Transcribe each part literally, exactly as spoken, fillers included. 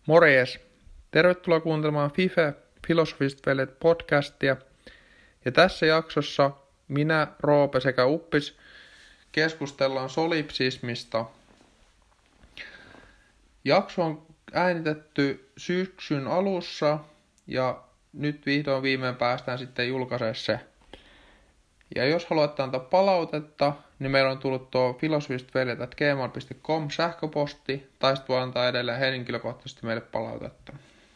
Morjes! Tervetuloa kuuntelemaan Fife Filosofiset veljet podcastia. Ja tässä jaksossa minä, Roope sekä Uppis keskustellaan solipsismista. Jakso on äänitetty syksyn alussa ja nyt vihdoin viimein päästään sitten julkaisemaan se. Ja jos haluatte antaa palautetta, niin meillä on tullut tuo filosofisetveljet at gmail piste com sähköposti, tai sitten voi antaa edelleen henkilökohtaisesti meille palautetta.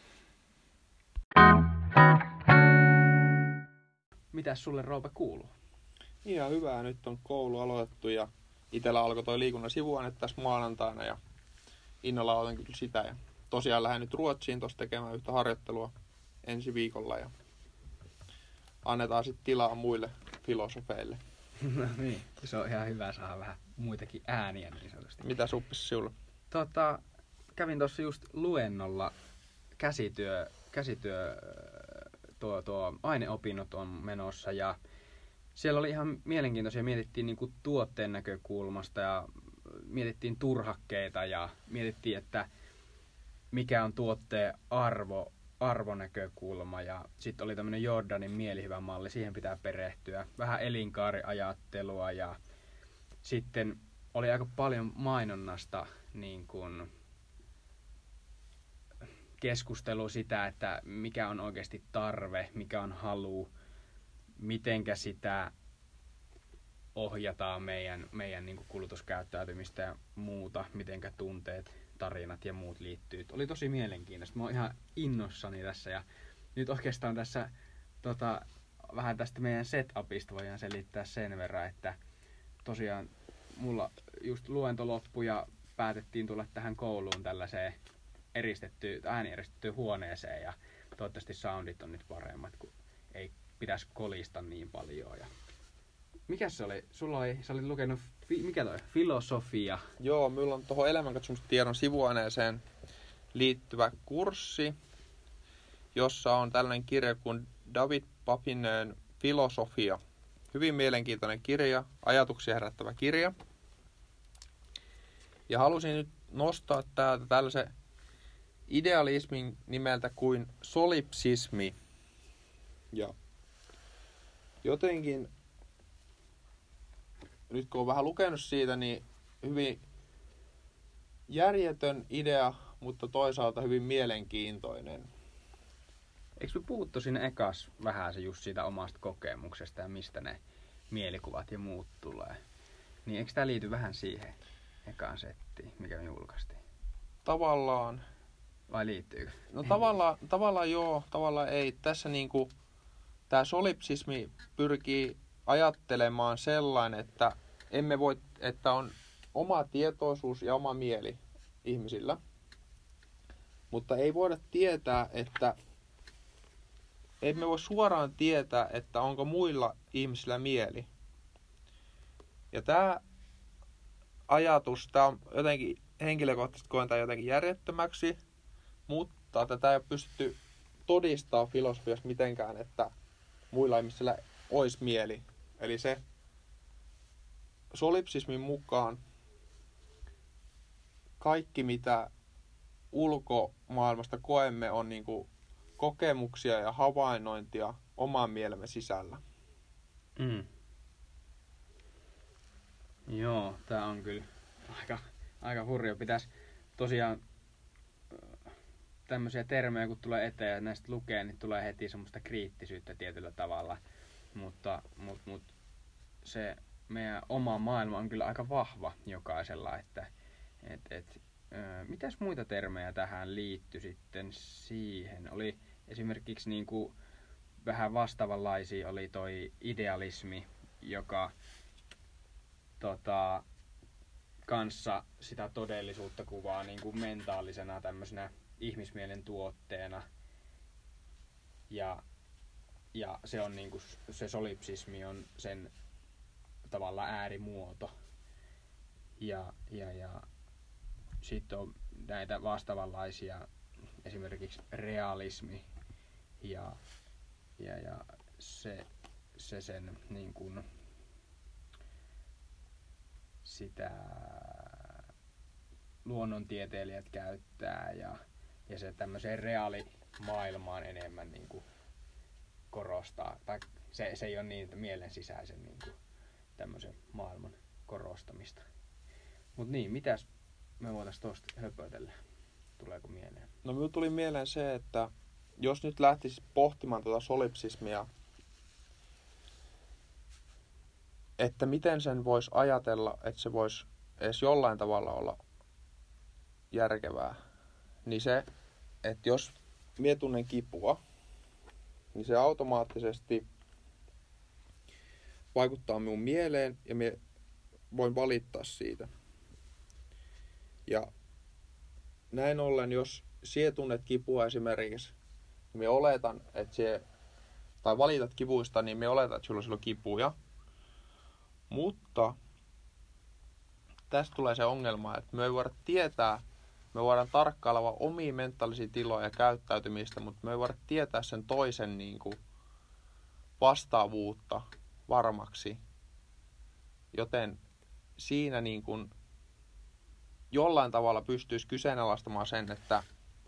Mitäs sulle, Roope, kuuluu? Ihan hyvää. Nyt on koulu aloitettu ja itsellä alkoi toi liikunnan sivuaine tässä maanantaina ja innolla otan kyllä sitä. Ja tosiaan lähden nyt Ruotsiin tuossa tekemään yhtä harjoittelua ensi viikolla ja annetaan sitten tilaa muille filosofeille. No niin, se on ihan hyvä saada vähän muitakin ääniä niin sanotusti. Mitä suppisi sinulla? Tota, kävin tuossa just luennolla käsityö, käsityö tuo, tuo aineopinnot on menossa ja siellä oli ihan mielenkiintoisia, mietittiin niinku tuotteen näkökulmasta ja mietittiin turhakkeita ja mietittiin, että mikä on tuotteen arvo, arvonäkökulma ja sitten oli tämmöinen Jordanin mielihyvän malli, siihen pitää perehtyä. Vähän elinkaariajattelua ja sitten oli aika paljon mainonnasta niin kuin keskustelua sitä, että mikä on oikeasti tarve, mikä on halu, mitenkä sitä ohjataan meidän, meidän niin kuin kulutuskäyttäytymistä ja muuta, mitenkä tunteet, tarinat ja muut liittyy. Oli tosi mielenkiintoista. Mä oon ihan innossani tässä ja nyt oikeastaan tässä tota, vähän tästä meidän setupista voidaan selittää sen verran, että tosiaan mulla just luento loppui ja päätettiin tulla tähän kouluun tällaiseen eristettyyn, äänieristettyyn huoneeseen ja toivottavasti soundit on nyt paremmat, kun ei pitäisi kolista niin paljon. Ja mikäs se oli? Sulla oli, sä olit lukenut, fi, mikä toi? Filosofia. Joo, minulla on tuohon elämänkatsomustiedon sivuaineeseen liittyvä kurssi, jossa on tällainen kirja kuin David Papinen Filosofia. Hyvin mielenkiintoinen kirja, ajatuksia herättävä kirja. Ja halusin nyt nostaa täältä tällaisen idealismin nimeltä kuin solipsismi. Ja jotenkin, nyt kun olen vähän lukenut siitä, niin hyvin järjetön idea, mutta toisaalta hyvin mielenkiintoinen. Eikö me puhuttu siinä ekas vähän se just siitä omasta kokemuksesta ja mistä ne mielikuvat ja muut tulee? Niin eikö tämä liity vähän siihen ekaan settiin, mikä me julkaistiin? Tavallaan. Vai liittyykö? No tavallaan, tavallaan joo, tavallaan ei. Tässä niinku tämä solipsismi pyrkii ajattelemaan sellainen, että emme voi, että on oma tietoisuus ja oma mieli ihmisillä. Mutta ei voida tietää, että emme voi suoraan tietää, että onko muilla ihmisillä mieli. Ja tämä ajatus, tämä on jotenkin henkilökohtaisesti koen tämän jotenkin järjettömäksi, mutta tätä ei ole pystytty todistamaan filosofiassa mitenkään, että muilla ihmisillä olisi mieli. Eli se solipsismin mukaan kaikki, mitä ulkomaailmasta koemme, on niinku kokemuksia ja havainnointia oman mielemme sisällä. Mm. Joo, tää on kyllä aika, aika hurja. Pitäisi tosiaan tämmöisiä termejä, kun tulee eteen ja näistä lukee, niin tulee heti semmoista kriittisyyttä tietyllä tavalla. Mutta mut, mut, se meidän oma maailma on kyllä aika vahva jokaisella. Että, et, et, ö, mitäs muita termejä tähän liittyi sitten siihen? Oli esimerkiksi niin kuin vähän vastaavanlaisia oli toi idealismi, joka tota, kanssa sitä todellisuutta kuvaa niin kuin mentaalisena tämmöisenä ihmismielen tuotteena. Ja, ja se on niin kuin, se solipsismi on sen tavallaan äärimuoto. Ja, ja, ja sitten on näitä vastaavanlaisia, esimerkiksi realismi ja, ja, ja se, se sen niin kuin sitä luonnontieteilijät käyttää ja ja se tämmöiseen reaalimaailmaan enemmän niin kuin korostaa, tai se, se ei ole niin mielen sisäisen niin kuin tämmöisen maailman korostamista. Mut niin, mitäs me voitais tosta höpötellä? Tuleeko mieleen? No minulle tuli mieleen se, että jos nyt lähtisi pohtimaan tuota solipsismia, että miten sen voisi ajatella, että se voisi edes jollain tavalla olla järkevää, niin se, että jos mie tunnen kipua, niin se automaattisesti vaikuttaa minun mieleen ja mie voin valittaa siitä. Ja näin ollen, jos sie tunnet kipua esimerkiksi, niin mie oletan, että sie, tai valitat kivuista, niin mie oletan, että sulla on silloin kipuja. Mutta tästä tulee se ongelma, että me ei voida tietää, me voidaan tarkkailla vaan omia mentaalisia tiloja ja käyttäytymistä, mutta me ei voida tietää sen toisen niin kuin vastaavuutta varmaksi. Joten siinä niin kuin jollain tavalla pystyisi kyseenalaistamaan sen, että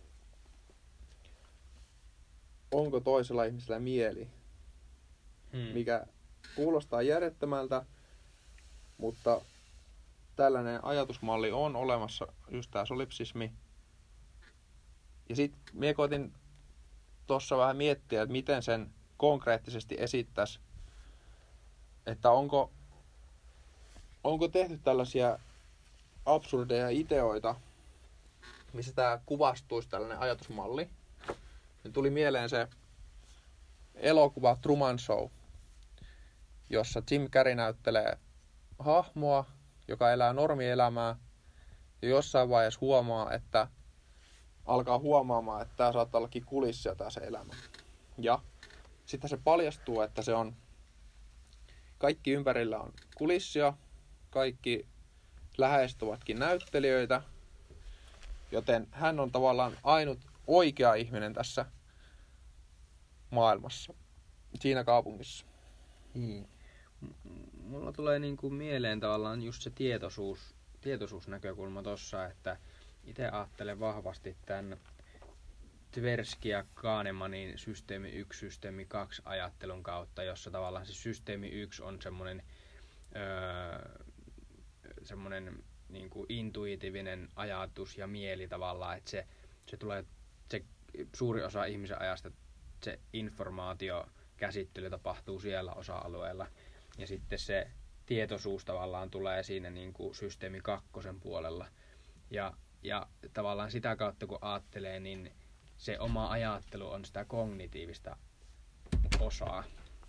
onko toisella ihmisellä mieli, Hmm. mikä kuulostaa järjettömältä, mutta tällainen ajatusmalli on olemassa, just tämä solipsismi. Ja sitten mie koitin tuossa vähän miettiä, että miten sen konkreettisesti esittäisi, että onko, onko tehty tällaisia absurdeja ideoita, missä tämä kuvastuisi tällainen ajatusmalli. Ja tuli mieleen se elokuva Truman Show, jossa Jim Carrey näyttelee hahmoa, joka elää normielämää ja jossain vaiheessa huomaa, että alkaa huomaamaan, että tämä saattaa ollakin kulissia tämä se elämä. Ja sitten se paljastuu, että se on, kaikki ympärillä on kulissia, kaikki läheiset ovatkin näyttelijöitä, joten hän on tavallaan ainut oikea ihminen tässä maailmassa, siinä kaupungissa. Niin. Mulla tulee niinku mieleen tavallaan just se tietoisuus, tietoisuusnäkökulma tossa, että itse ajattelen vahvasti tämän Tversky ja Kahnemanin systeemi yksi, systeemi kaksi ajattelun kautta, jossa tavallaan se systeemi yksi on semmoinen öö, semmoinen niinku intuitiivinen ajatus ja mieli tavallaan, että se, se tulee, se suuri osa ihmisen ajasta se informaatio käsittely tapahtuu siellä osa-alueella. Ja sitten se tietoisuus tavallaan tulee siinä niin kuin systeemi kakkosen puolella. Ja, ja tavallaan sitä kautta kun ajattelee, niin se oma ajattelu on sitä kognitiivista osaa.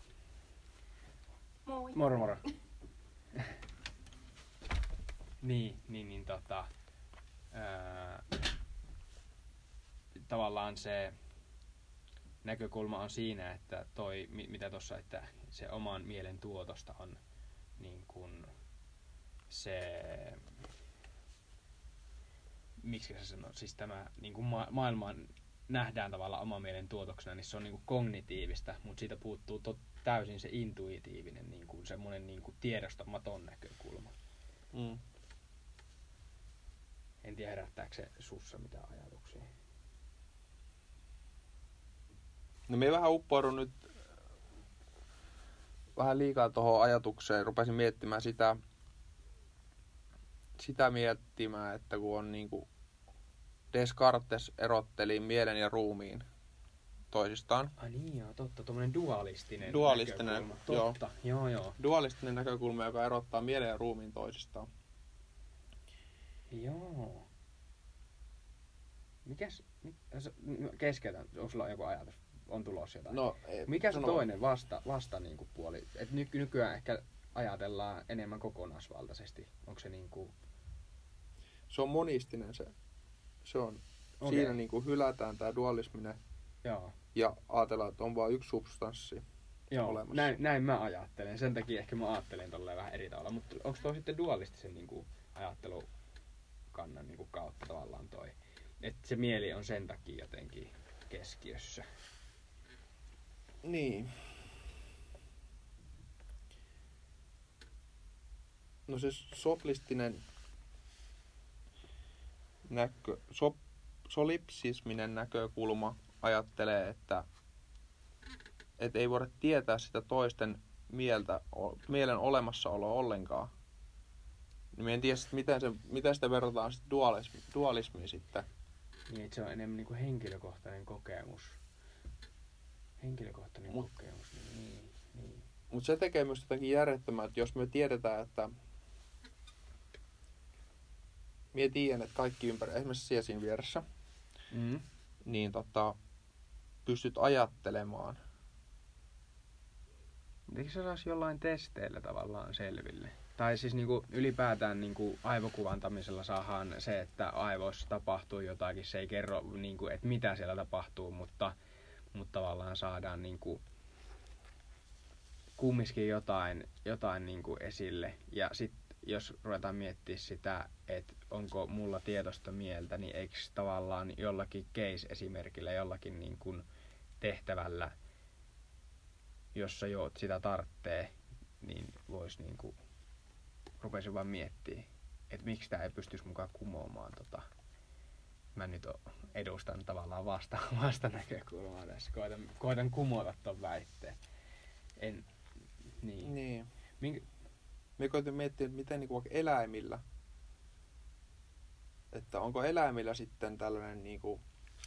Moi. Moro moro. niin, niin, niin tota... Ää, tavallaan se näkökulma on siinä, että toi, mitä tuossa, että se oman mielen tuotosta on niin kuin se, miksi se sanoo, siis tämä niin kuin ma- maailman nähdään tavallaan oman mielen tuotoksena, niin se on niin kuin kognitiivista, mutta siitä puuttuu tot, täysin se intuitiivinen, niin kuin semmoinen niin kuin tiedostamaton näkökulma. Mm. En tiedä, herättääkö se sussa mitään ajatuksia. No me vähän uppoudun nyt vähän liikaa tuohon ajatukseen. Rupesin miettimään sitä, sitä miettimään, että kun on niinku Descartes erotteli mielen ja ruumiin toisistaan. Ai niin joo, totta, tuommoinen dualistinen, Dualistinen, näkökulma. Totta, joo joo. Dualistinen näkökulma, joka erottaa mielen ja ruumiin toisistaan. Joo. Mikäs, mik, keskeytän, onko sulla joku ajatus? On tulossa jotain. No, ei, Mikä se sano. toinen vasta, vasta niinku puoli? Et ny, nykyään ehkä ajatellaan enemmän kokonaisvaltaisesti. Onko se niinku... Se on monistinen se. Se on. Okei. Siinä niinku hylätään tää dualisminen Joo. ja ajatellaan, että on vain yksi substanssi. Joo, Olemassa. näin, näin mä ajattelen. Sen takia ehkä mä ajattelen tolleen vähän eri tavalla. Mutta onko toi sitten dualistisen niinku ajattelukannan niinku kautta tavallaan toi? Että se mieli on sen takia jotenkin keskiössä. Niin. No se soplistinen näkö, sop, solipsisminen näkökulma ajattelee, että et ei voida tietää sitä toisten mieltä, mielen olemassaoloa ollenkaan. Niin en tiedä, miten, se, miten sitä verrataan sit dualismi, dualismiin sitten. Niin, että se on enemmän niinku henkilökohtainen kokemus. Henkilökohtainen Mut, kokemus, niin, niin. Mutta se tekee myös jotenkin järjettömää, että jos me tiedetään, että mie tiedän, että kaikki ympäri, esimerkiksi siellä siinä vieressä, Mm. niin tota, pystyt ajattelemaan. Eikö se saisi jollain testeillä tavallaan selville? Tai siis niinku ylipäätään niinku aivokuvantamisella saadaan se, että aivoissa tapahtuu jotakin. Se ei kerro, niinku, että mitä siellä tapahtuu, mutta, mutta tavallaan saadaan niinku kumminkin jotain, jotain niinku esille. Ja sitten jos ruvetaan miettimään sitä, että onko mulla tietoista mieltä, niin eikö tavallaan jollakin case-esimerkillä, jollakin niinku tehtävällä, jossa jo sitä tarvitsee, niin voisi niinku rupesin vaan miettimään, että miksi tämä ei pystyisi mukaan kumoamaan tota. Mä nyt edustan tavallaan vasta, vasta näkökulmaa tässä. Koitan, koitan kumota ton väitteen. En, niin. Niin. Minkä... Me koitin miettiä, että miten niin vaikka eläimillä, että onko eläimillä sitten tällainen niin kuin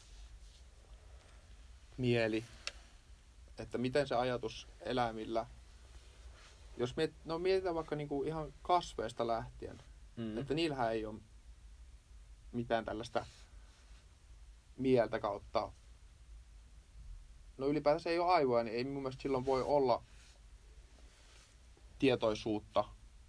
mieli, että miten se ajatus eläimillä, jos miet, no mietitään vaikka niin kuin ihan kasveista lähtien, Mm. että niillähän ei ole mitään tällaista mieltä kautta, no ylipäätänsä ei ole aivoja, niin ei mun mielestä silloin voi olla tietoisuutta.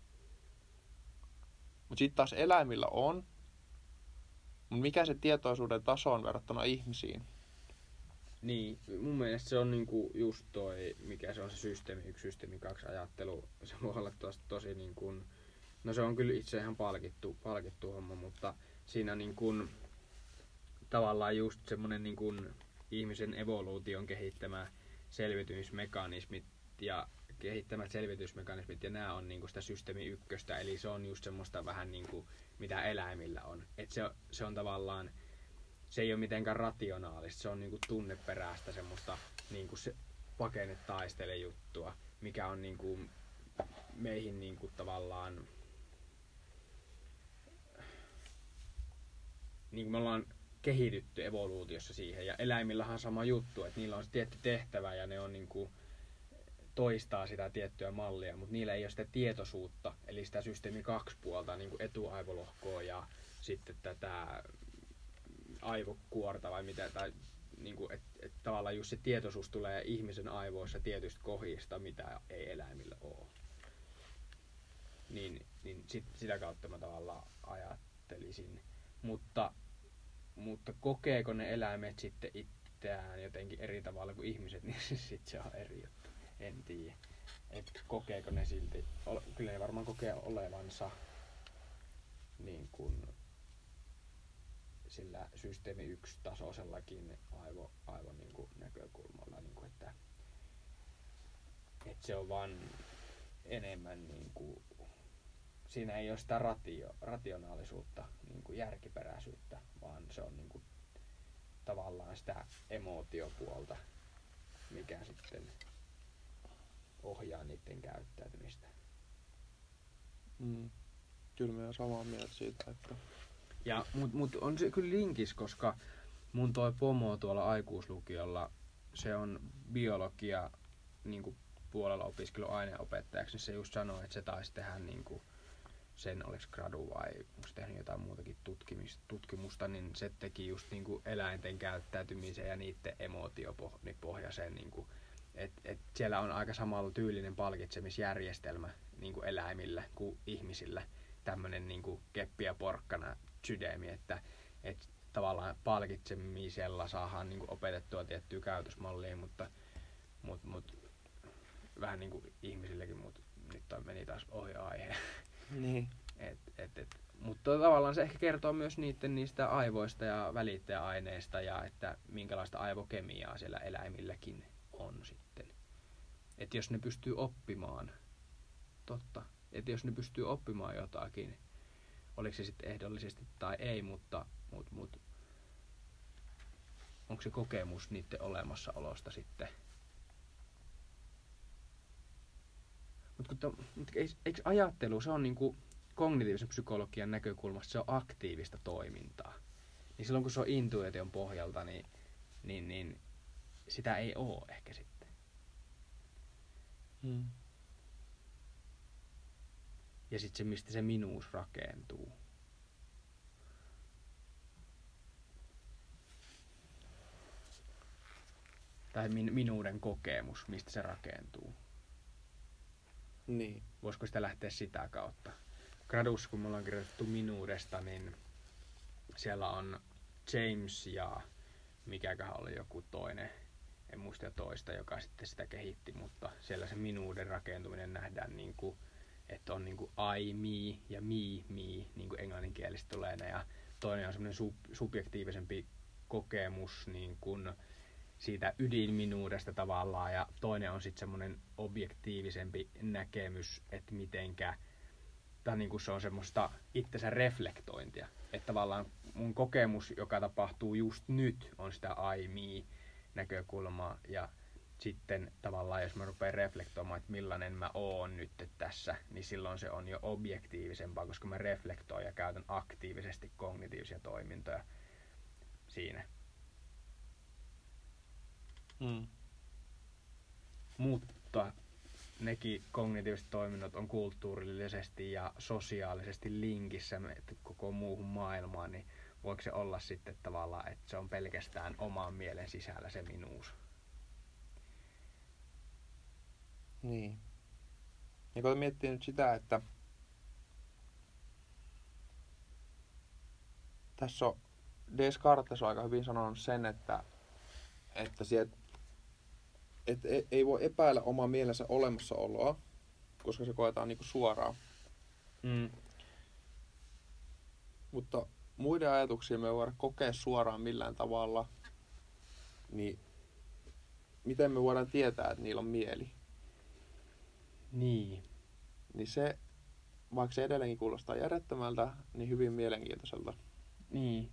Mutta sitten taas eläimillä on, mutta mikä se tietoisuuden taso on verrattuna ihmisiin? Niin, mun mielestä se on niinku just toi, mikä se on se systeemi yksi, systeemi kaksi ajattelu. Se voi olla tosi, tosi niin kuin, no se on kyllä itse ihan palkittu, palkittu homma, mutta siinä niin kuin, tavallaan just semmonen niin kuin ihmisen evoluution kehittämä selviytymismekanismit ja kehittämät selvitysmekanismit ja nämä on niinku sitä systeemi ykköstä, eli se on just semmoista vähän niinku mitä eläimillä on. Et se, se on tavallaan, se ei ole mitenkään rationaalista, se on niinku tunneperäistä semmoista niinku se pakene taistele juttua, mikä on niinku meihin niinku tavallaan, niinku me ollaan kehitytty evoluutiossa siihen ja eläimillähän on sama juttu, että niillä on se tietty tehtävä ja ne on niinku toistaa sitä tiettyä mallia, mutta niillä ei ole sitä tietoisuutta, eli sitä systeemi kaksi puolta, niin kuin etuaivolohkoa ja sitten tätä aivokuorta vai mitä, tai niin kuin, että et tavallaan just se tietoisuus tulee ihmisen aivoissa tietystä kohdista, mitä ei eläimillä ole. Niin, niin sit, sitä kautta mä tavallaan ajattelisin. Mutta, mutta kokeeko ne eläimet sitten itseään jotenkin eri tavalla kuin ihmiset, niin sitten se on eri juttu. En tiedä, että kokeeko ne silti, kyllä ne varmaan kokee olevansa niin kuin sillä systeemi yksi tasoisellakin aivo, aivo niin kuin näkökulmalla, niin kuin että, että se on vaan enemmän niin kuin, siinä ei ole sitä ratio, rationaalisuutta, niin kuin järkiperäisyyttä, vaan se on niin kuin tavallaan sitä emootiopuolta, mikä sitten ohjaa niiden käyttäytymistä. Mm. Kyllä me on samaa mieltä siitä, että... Ja, mut, mut on se kyllä linkis, koska mun toi pomo tuolla aikuislukiolla, se on biologia niinku puolella opiskelu aineopettajaksi, niin se just sanoi, että se taisi tehdä niinku sen, oliko gradu vai onko se tehnyt jotain muutakin tutkimusta, niin se teki just niinku eläinten käyttäytymiseen ja niiden emootiopohjaiseen niinku, että et siellä on aika samalla tyylinen palkitsemisjärjestelmä niinku eläimillä kuin ihmisillä. Tämmönen niinku keppi ja porkkana sydämi, että et tavallaan palkitsemisella saadaan niinku opetettua tiettyä käytösmallia, mutta mut, mut, vähän niinku ihmisillekin, mutta nyt toi meni taas ohi aihe. Niin. Et, et, et, mutta tavallaan se ehkä kertoo myös niiden niistä aivoista ja välittäjäaineista ja että minkälaista aivokemiaa siellä eläimilläkin on sitten. Että jos ne pystyy oppimaan, totta, että jos ne pystyy oppimaan jotakin, oliko se sitten ehdollisesti tai ei, mutta mut, mut, onko se kokemus niiden olemassaolosta sitten. Mutta mut eikö ajattelu, se on niinku kognitiivisen psykologian näkökulmasta, se on aktiivista toimintaa. Niin silloin kun se on intuition pohjalta, niin, niin, niin sitä ei oo ehkä sitten. Hmm. Ja sitten se, mistä se minuus rakentuu. Tai min, minuuden kokemus, mistä se rakentuu. Niin. Voisiko sitä lähteä sitä kautta? Gradussa, kun me ollaan kirjoitettu minuudesta, niin siellä on James ja mikäköhän oli joku toinen, en muista jo toista, joka sitten sitä kehitti, mutta siellä se minuuden rakentuminen nähdään niin kuin, että on niin kuin I, me ja me, me, niin kuin englanninkielistä tulee ne, ja toinen on semmoinen sub- subjektiivisempi kokemus niin kuin siitä ydinminuudesta tavallaan, ja toinen on sitten semmoinen objektiivisempi näkemys, että mitenkä, tai niin kuin se on semmoista itsensä reflektointia, että tavallaan mun kokemus, joka tapahtuu just nyt, on sitä I, me näkökulmaa, ja sitten tavallaan, jos mä rupean reflektoimaan, että millainen mä oon nyt tässä, niin silloin se on jo objektiivisempaa, koska mä reflektoin ja käytän aktiivisesti kognitiivisia toimintoja siinä. Hmm. Mutta nekin kognitiiviset toiminnot on kulttuurillisesti ja sosiaalisesti linkissä koko muuhun maailmaan, niin voiko se olla sitten tavallaan, että se on pelkästään oman mielen sisällä se minuus? Niin. Ja kun miettii nyt sitä, että tässä on Descartes on aika hyvin sanonut sen, että, että sieltä, et ei, ei voi epäillä oman mielensä olemassaoloa, koska se koetaan niinku suoraan. Mm. Mutta muiden ajatuksia me ei voida kokea suoraan millään tavalla, niin miten me voidaan tietää, että niillä on mieli? Niin. Niin se, vaikka se edelleenkin kuulostaa järjettömältä, niin hyvin mielenkiintoiselta. Niin.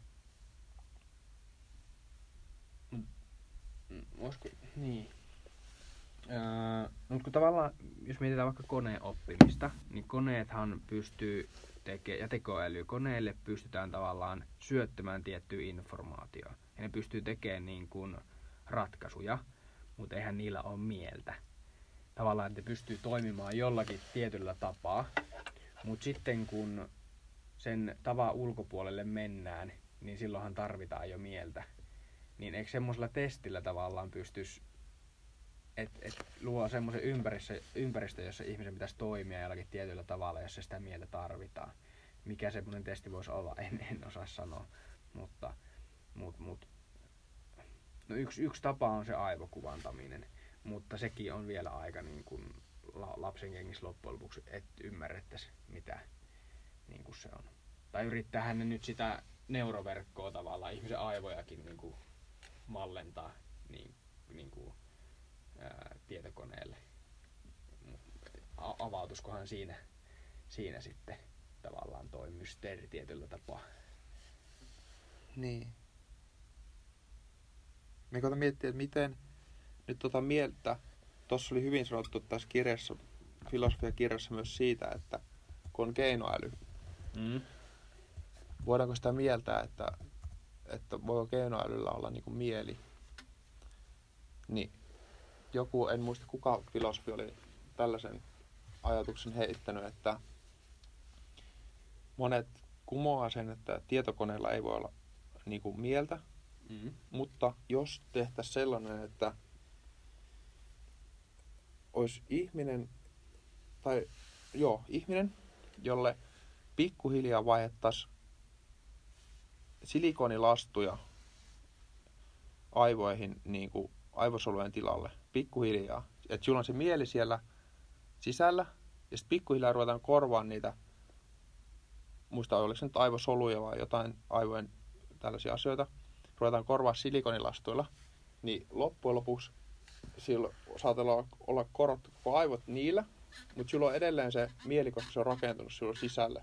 Olisiko, niin. Öö, mutta kun tavallaan, jos mietitään vaikka koneen oppimista, niin koneethan pystyy tekemään, ja tekoäly, koneelle pystytään tavallaan syöttämään tiettyä informaatiota. Ja ne pystyy tekemään niin kuin ratkaisuja, mutta eihän niillä ole mieltä. Tavallaan, että ne pystyy toimimaan jollakin tietyllä tapaa, mutta sitten kun sen tavan ulkopuolelle mennään, niin silloinhan tarvitaan jo mieltä. Niin eikö semmoisella testillä tavallaan pystyisi, että et luo semmoisen ympäristö, ympäristö, jossa ihmisen pitäisi toimia jollakin tietyllä tavalla, jossa sitä mieltä tarvitaan. Mikä semmoinen testi voisi olla, en, en osaa sanoa. Mutta mut, mut. No yksi, yksi tapa on se aivokuvantaminen, mutta sekin on vielä aika niin kuin lapsen kengissä loppujen lopuksi, että ymmärrettäisiin mitä niin kuin se on. Tai yrittäähän ne nyt sitä neuroverkkoa tavallaan, ihmisen aivojakin niin kuin mallentaa niin, niin kuin, ää, tietokoneelle. A- avautuskohan siinä, siinä sitten tavallaan toi mysteeri tietyllä tapaa. Niin. Me koitan miettiä, että miten nyt tota mieltä, tuossa oli hyvin sanottu tässä kirjassa, filosofiakirjassa myös siitä, että kun on keinoäly, Mm. voidaanko sitä mieltää, että, että voiko keinoälyllä olla niin kuin mieli. Niin joku, en muista kuka filosofi oli tällaisen ajatuksen heittänyt, että monet kumoaa sen, että tietokoneella ei voi olla niin kuin mieltä, Mm. mutta jos tehtäisiin sellainen, että olisi ihminen, tai joo, ihminen, jolle pikkuhiljaa vaihdettaisiin silikonilastuja aivoihin, niin kuin aivosolujen tilalle, pikkuhiljaa. Että sulla on se mieli siellä sisällä, ja sitten pikkuhiljaa ruvetaan korvaamaan niitä, muista oliko se nyt aivosoluja vai jotain aivojen tällaisia asioita, ruvetaan korvaa silikonilastuilla, niin loppujen lopuksi sillä saatellaan olla korvattu koko aivot niillä, mutta sulla on edelleen se mieli, koska se on rakentunut silloin sisälle.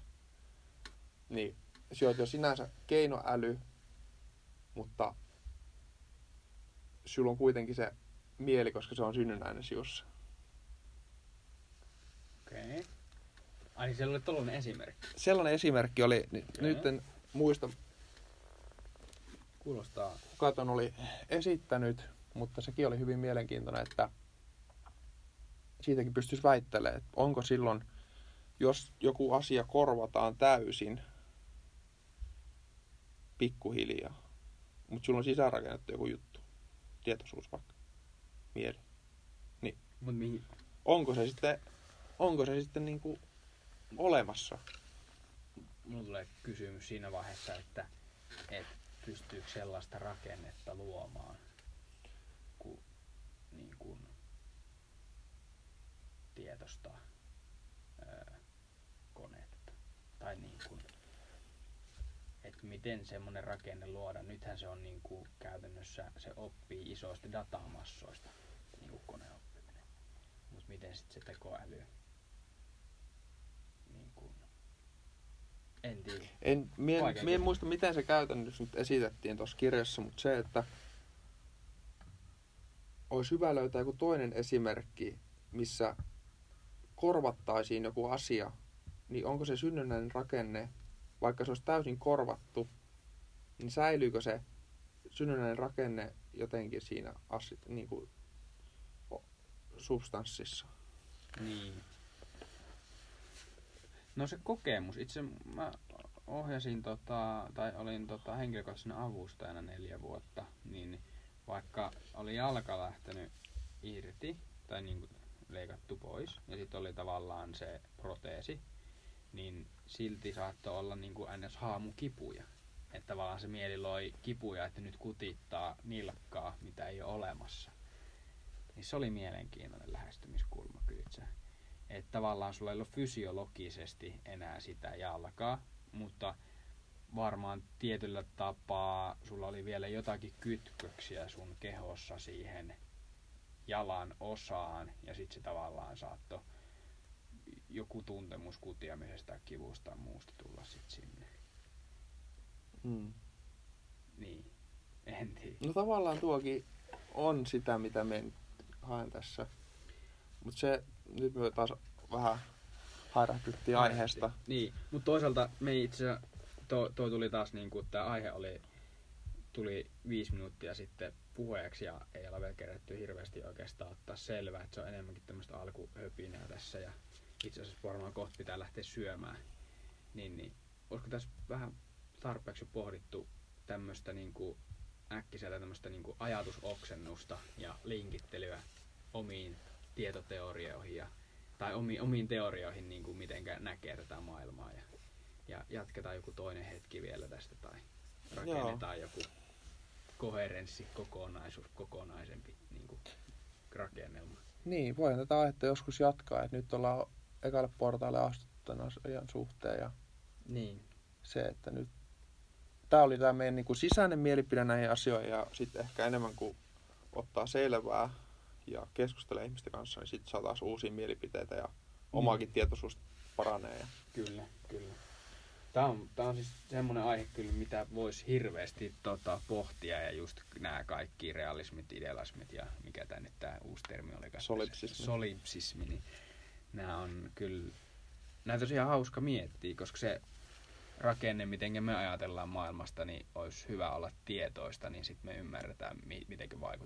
Niin se on jo sinänsä keinoäly, mutta sulla on kuitenkin se mieli, koska se on synnynnäinen siussa. Okei. Okay. Ai siellä oli tollainen esimerkki. Sellainen esimerkki oli, okay. Nyt en muista, kuulostaa, kuka ton oli esittänyt, mutta sekin oli hyvin mielenkiintoinen, että siitäkin pystyisi väittelemään, että onko silloin, jos joku asia korvataan täysin pikkuhiljaa, mutta sulla on sisäänrakennettu joku juttu, tietoisuus vaikka, mieli, niin mut mihin? onko se sitten, onko se sitten niinku olemassa? Mulla tulee kysymys siinä vaiheessa, että et pystyykö sellaista rakennetta luomaan, kun niin kuin tietoista öö, konetta. Tai niin kuin, että miten semmoinen rakenne luoda. Nythän se on niin kuin käytännössä, se oppii isoista datamassoista, niin kuin koneoppiminen. Mutta miten sitten se tekoäly? Niin kuin, en tiedä. En, mie, mie en muista, miten se käytännössä nyt esitettiin tuossa kirjassa, mutta se, että olisi hyvä löytää joku toinen esimerkki, missä korvattaisiin joku asia, niin onko se synnynnäinen rakenne, vaikka se olisi täysin korvattu, niin säilyykö se synnynnäinen rakenne jotenkin siinä asi, niin kuin, substanssissa? Niin. No se kokemus. Itse mä ohjasin tota, tai olin tota henkilökohtaisena avustajana neljä vuotta, niin vaikka oli jalka lähtenyt irti tai niin kuin leikattu pois ja sitten oli tavallaan se proteesi, niin silti saattoi olla niin kuin ns. Haamukipuja. Että tavallaan se mieli loi kipuja, että nyt kutittaa nilkkaa, mitä ei ole olemassa. Niin se oli mielenkiintoinen lähestymiskulma kyllä. Että tavallaan sulla ei ollut fysiologisesti enää sitä jalkaa, mutta varmaan tietyllä tapaa sulla oli vielä jotakin kytköksiä sun kehossa siihen jalan osaan ja sit se tavallaan saattoi joku tuntemus kutiamisesta, kivusta ja muusta tulla sit sinne. Hmm. Niin, en tiedä. No tavallaan tuokin on sitä, mitä me haen tässä. Mutta se, nyt me taas vähän hairahdyttiin aiheesta. Niin, mutta toisaalta me itse to, toi tuli taas niinku, tämä aihe oli, tuli viisi minuuttia sitten puheeksi ja ei ole vielä kerätty hirveästi oikeastaan ottaa selvää, että se on enemmänkin tämmöistä alkuhöpinää tässä ja itse asiassa varmaan kohta pitää lähteä syömään. Niin, niin olisiko tässä vähän tarpeeksi jo pohdittu tämmöistä niinku äkkiseltä tämmöistä niinku ajatusoksennusta ja linkittelyä omiin tietoteorioihin ja, tai omiin, omiin teorioihin, niin kuin mitenkä näkee tätä maailmaa ja, ja jatketaan joku toinen hetki vielä tästä tai rakennetaan Joo. joku koherenssi, kokonaisuus, kokonaisempi niin kuin rakennelma. Niin, voihan tätä aihetta joskus jatkaa, että nyt ollaan ekalle portaalle astuttu tämän asian suhteen ja niin. Se, että nyt tämä oli tämä meidän niin kuin sisäinen mielipide näihin asioihin ja sitten ehkä enemmän kuin ottaa selvää ja keskustelee ihmisten kanssa, niin sitten saa taas uusia mielipiteitä ja omaakin mm. tietoisuus paranee. Ja... Kyllä, kyllä. Tämä on, tämä on siis semmoinen aihe kyllä, mitä voisi hirveästi tota, pohtia ja just nämä kaikki realismit, idealismit ja mikä tämä nyt tämä uusi termi oli. Solipsismi. Solipsismi, niin nämä on kyllä, näitä on ihan hauska miettiä, koska se rakenne, miten me ajatellaan maailmasta, niin olisi hyvä olla tietoista, niin sitten me ymmärretään, miten vaikuttaa